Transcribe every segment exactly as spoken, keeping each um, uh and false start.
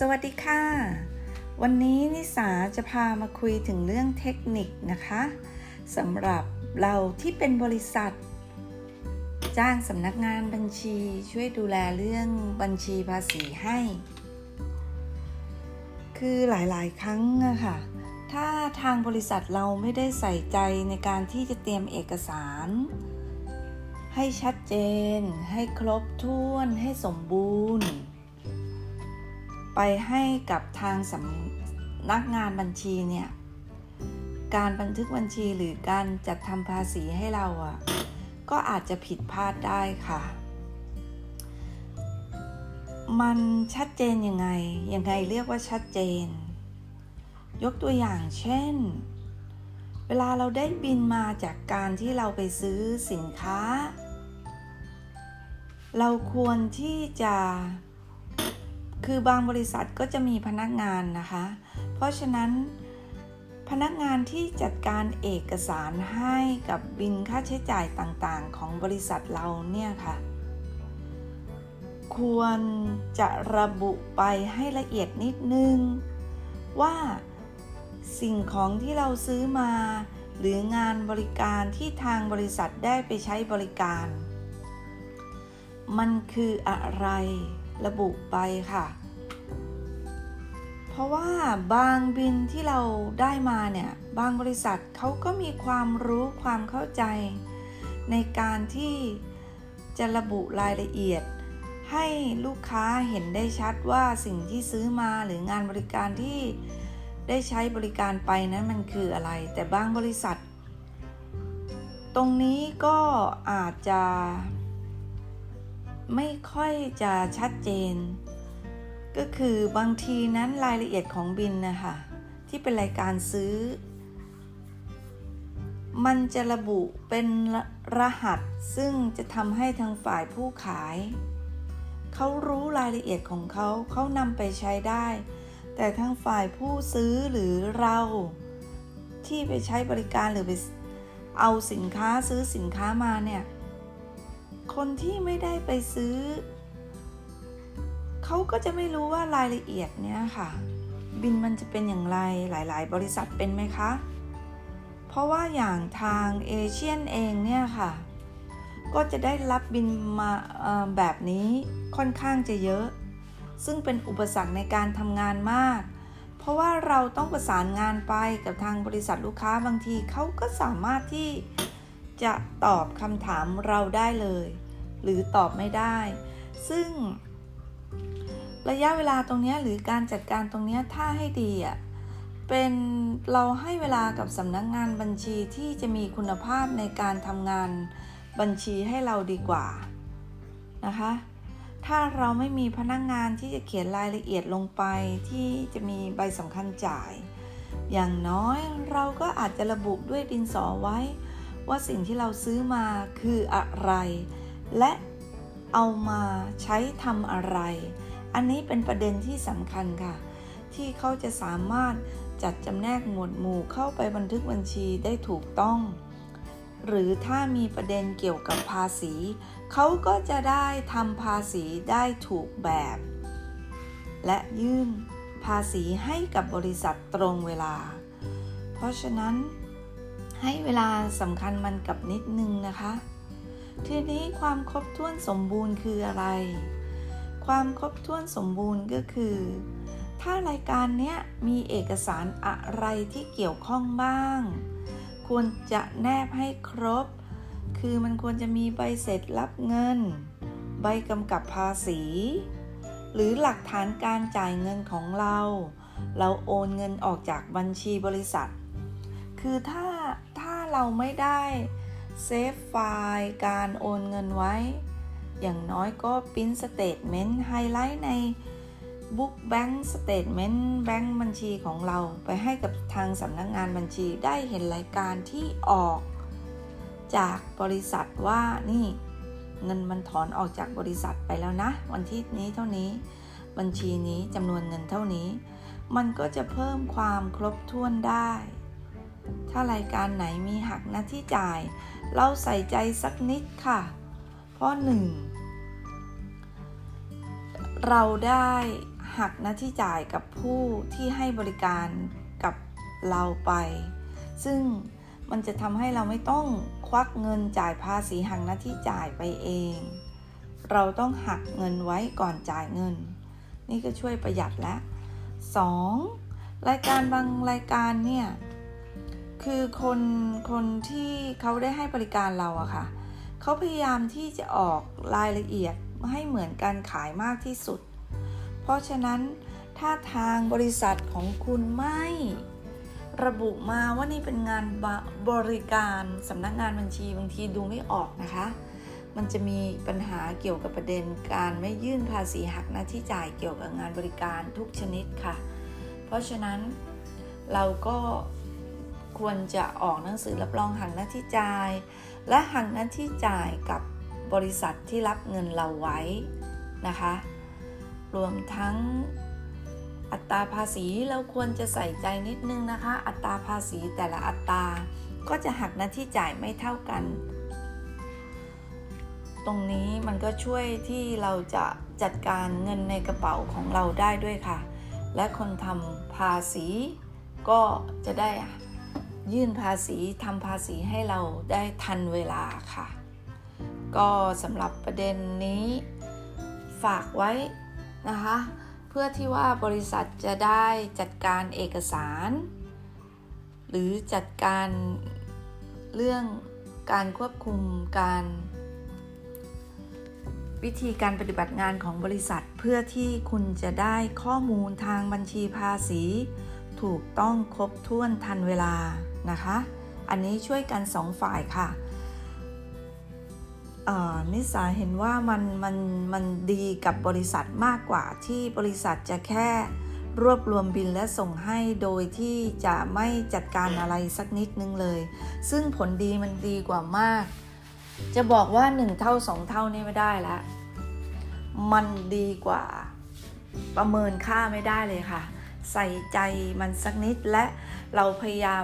สวัสดีค่ะวันนี้นิสาจะพามาคุยถึงเรื่องเทคนิคนะคะสำหรับเราที่เป็นบริษัทจ้างสำนักงานบัญชีช่วยดูแลเรื่องบัญชีภาษีให้คือหลายๆครั้งอะค่ะถ้าทางบริษัทเราไม่ได้ใส่ใจในการที่จะเตรียมเอกสารให้ชัดเจนให้ครบถ้วนให้สมบูรณ์ไปให้กับทางสำนักงานบัญชีเนี่ยการบันทึกบัญชีหรือการจัดทำภาษีให้เราอ่ะก็อาจจะผิดพลาดได้ค่ะมันชัดเจนยังไงยังไงเรียกว่าชัดเจนยกตัวอย่างเช่นเวลาเราได้บินมาจากการที่เราไปซื้อสินค้าเราควรที่จะคือบางบริษัทก็จะมีพนักงานนะคะเพราะฉะนั้นพนักงานที่จัดการเอกสารให้กับบิลค่าใช้จ่ายต่างๆของบริษัทเราเนี่ยค่ะควรจะระบุไปให้ละเอียดนิดนึงว่าสิ่งของที่เราซื้อมาหรืองานบริการที่ทางบริษัทได้ไปใช้บริการมันคืออะไรระบุไปค่ะเพราะว่าบางบิลที่เราได้มาเนี่ยบางบริษัทเขาก็มีความรู้ความเข้าใจในการที่จะระบุรายละเอียดให้ลูกค้าเห็นได้ชัดว่าสิ่งที่ซื้อมาหรืองานบริการที่ได้ใช้บริการไปนั้นมันคืออะไรแต่บางบริษัทตรงนี้ก็อาจจะไม่ค่อยจะชัดเจนก็คือบางทีนั้นรายละเอียดของบิลนะคะที่เป็นรายการซื้อมันจะระบุเป็นรหัสซึ่งจะทำให้ทางฝ่ายผู้ขายเขารู้รายละเอียดของเขาเขานำไปใช้ได้แต่ทางฝ่ายผู้ซื้อหรือเราที่ไปใช้บริการหรือไปเอาสินค้าซื้อสินค้ามาเนี่ยคนที่ไม่ได้ไปซื้อเขาก็จะไม่รู้ว่ารายละเอียดเนี่ยค่ะบิลมันจะเป็นอย่างไรหลายๆบริษัทเป็นไหมคะเพราะว่าอย่างทางเอเชียนเองเนี่ยค่ะก็จะได้รับบิลมาแบบนี้ค่อนข้างจะเยอะซึ่งเป็นอุปสรรคในการทำงานมากเพราะว่าเราต้องประสานงานไปกับทางบริษัทลูกค้าบางทีเขาก็สามารถที่จะตอบคำถามเราได้เลยหรือตอบไม่ได้ซึ่งระยะเวลาตรงนี้หรือการจัดการตรงนี้ถ้าให้ดีอ่ะเป็นเราให้เวลากับสำนักงานบัญชีที่จะมีคุณภาพในการทำงานบัญชีให้เราดีกว่านะคะถ้าเราไม่มีพนักงานที่จะเขียนรายละเอียดลงไปที่จะมีใบสำคัญจ่ายอย่างน้อยเราก็อาจจะระบุด้วยดินสอไว้ว่าสิ่งที่เราซื้อมาคืออะไรและเอามาใช้ทำอะไรอันนี้เป็นประเด็นที่สำคัญค่ะที่เขาจะสามารถจัดจำแนกหมวดหมู่เข้าไปบันทึกบัญชีได้ถูกต้องหรือถ้ามีประเด็นเกี่ยวกับภาษีเขาก็จะได้ทำภาษีได้ถูกแบบและยื่นภาษีให้กับบริษัทตรงเวลาเพราะฉะนั้นให้เวลาสำคัญมันกับนิดนึงนะคะทีนี้ความครบถ้วนสมบูรณ์คืออะไรความครบถ้วนสมบูรณ์ก็คือถ้ารายการนี้มีเอกสารอะไรที่เกี่ยวข้องบ้างควรจะแนบให้ครบคือมันควรจะมีใบเสร็จรับเงินใบกำกับภาษีหรือหลักฐานการจ่ายเงินของเราเราโอนเงินออกจากบัญชีบริษัทคือถ้าถ้าเราไม่ได้เซฟไฟล์การโอนเงินไว้อย่างน้อยก็ปริ้นสเตทเมนต์ไฮไลท์ในบุ๊กแบงค์สเตทเมนต์แบงค์บัญชีของเราไปให้กับทางสำนักงานบัญชีได้เห็นรายการที่ออกจากบริษัทว่านี่เงินมันถอนออกจากบริษัทไปแล้วนะวันที่นี้เท่านี้บัญชีนี้จำนวนเงินเท่านี้มันก็จะเพิ่มความครบถ้วนได้ถ้ารายการไหนมีหักหน้าที่จ่ายเราใส่ใจสักนิดค่ะเพราะหนึ่งเราได้หักหน้าที่จ่ายกับผู้ที่ให้บริการกับเราไปซึ่งมันจะทำให้เราไม่ต้องควักเงินจ่ายภาษีหักหน้าที่จ่ายไปเองเราต้องหักเงินไว้ก่อนจ่ายเงินนี่ก็ช่วยประหยัดแล้วสองรายการบางรายการเนี่ยคือคนคนที่เขาได้ให้บริการเราอะค่ะเขาพยายามที่จะออกรายละเอียดให้เหมือนการขายมากที่สุดเพราะฉะนั้นถ้าทางบริษัทของคุณไม่ระบุมาว่านี่เป็นงานบริการสำนักงานบัญชีบางทีดูไม่ออกนะคะมันจะมีปัญหาเกี่ยวกับประเด็นการไม่ยื่นภาษีหักหน้าที่จ่ายเกี่ยวกับงานบริการทุกชนิดค่ะเพราะฉะนั้นเราก็ควรจะออกหนังสือรับรองหักหน้าที่จ่ายและหักหน้าที่จ่ายกับบริษัทที่รับเงินเราไว้นะคะรวมทั้งอัตราภาษีเราควรจะใส่ใจนิดนึงนะคะอัตราภาษีแต่ละอัตราก็จะหักหน้าที่จ่ายไม่เท่ากันตรงนี้มันก็ช่วยที่เราจะจัดการเงินในกระเป๋าของเราได้ด้วยค่ะและคนทำภาษีก็จะได้ยื่นภาษีทำภาษีให้เราได้ทันเวลาค่ะก็สำหรับประเด็นนี้ฝากไว้นะคะเพื่อที่ว่าบริษัทจะได้จัดการเอกสารหรือจัดการเรื่องการควบคุมการวิธีการปฏิบัติงานของบริษัทเพื่อที่คุณจะได้ข้อมูลทางบัญชีภาษีถูกต้องครบถ้วนทันเวลานะคะอันนี้ช่วยกันสองฝ่ายค่ะนิสาเห็นว่ามันมันมันดีกับบริษัทมากกว่าที่บริษัทจะแค่รวบรวมบิลและส่งให้โดยที่จะไม่จัดการอะไรสักนิดนึงเลยซึ่งผลดีมันดีกว่ามากจะบอกว่าหนึ่งเท่าสองเท่านี่ไม่ได้แล้วมันดีกว่าประเมินค่าไม่ได้เลยค่ะใส่ใจมันสักนิดและเราพยายาม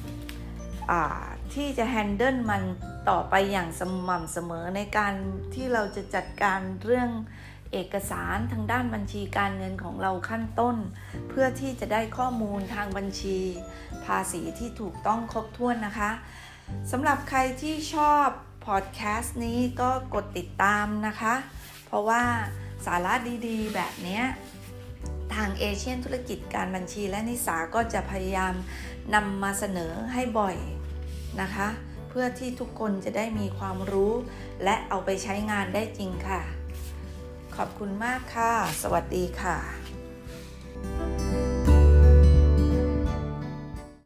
ที่จะแฮนเดิลมันต่อไปอย่างสม่ำเสมอในการที่เราจะจัดการเรื่องเอกสารทางด้านบัญชีการเงินของเราขั้นต้นเพื่อที่จะได้ข้อมูลทางบัญชีภาษีที่ถูกต้องครบถ้วนนะคะสำหรับใครที่ชอบพอดแคสต์นี้ก็กดติดตามนะคะเพราะว่าสาระดีๆแบบนี้ทางเอเชียนธุรกิจการบัญชีและนิสาก็จะพยายามนำมาเสนอให้บ่อยนะคะเพื่อที่ทุกคนจะได้มีความรู้และเอาไปใช้งานได้จริงค่ะขอบคุณมากค่ะสวัสดีค่ะ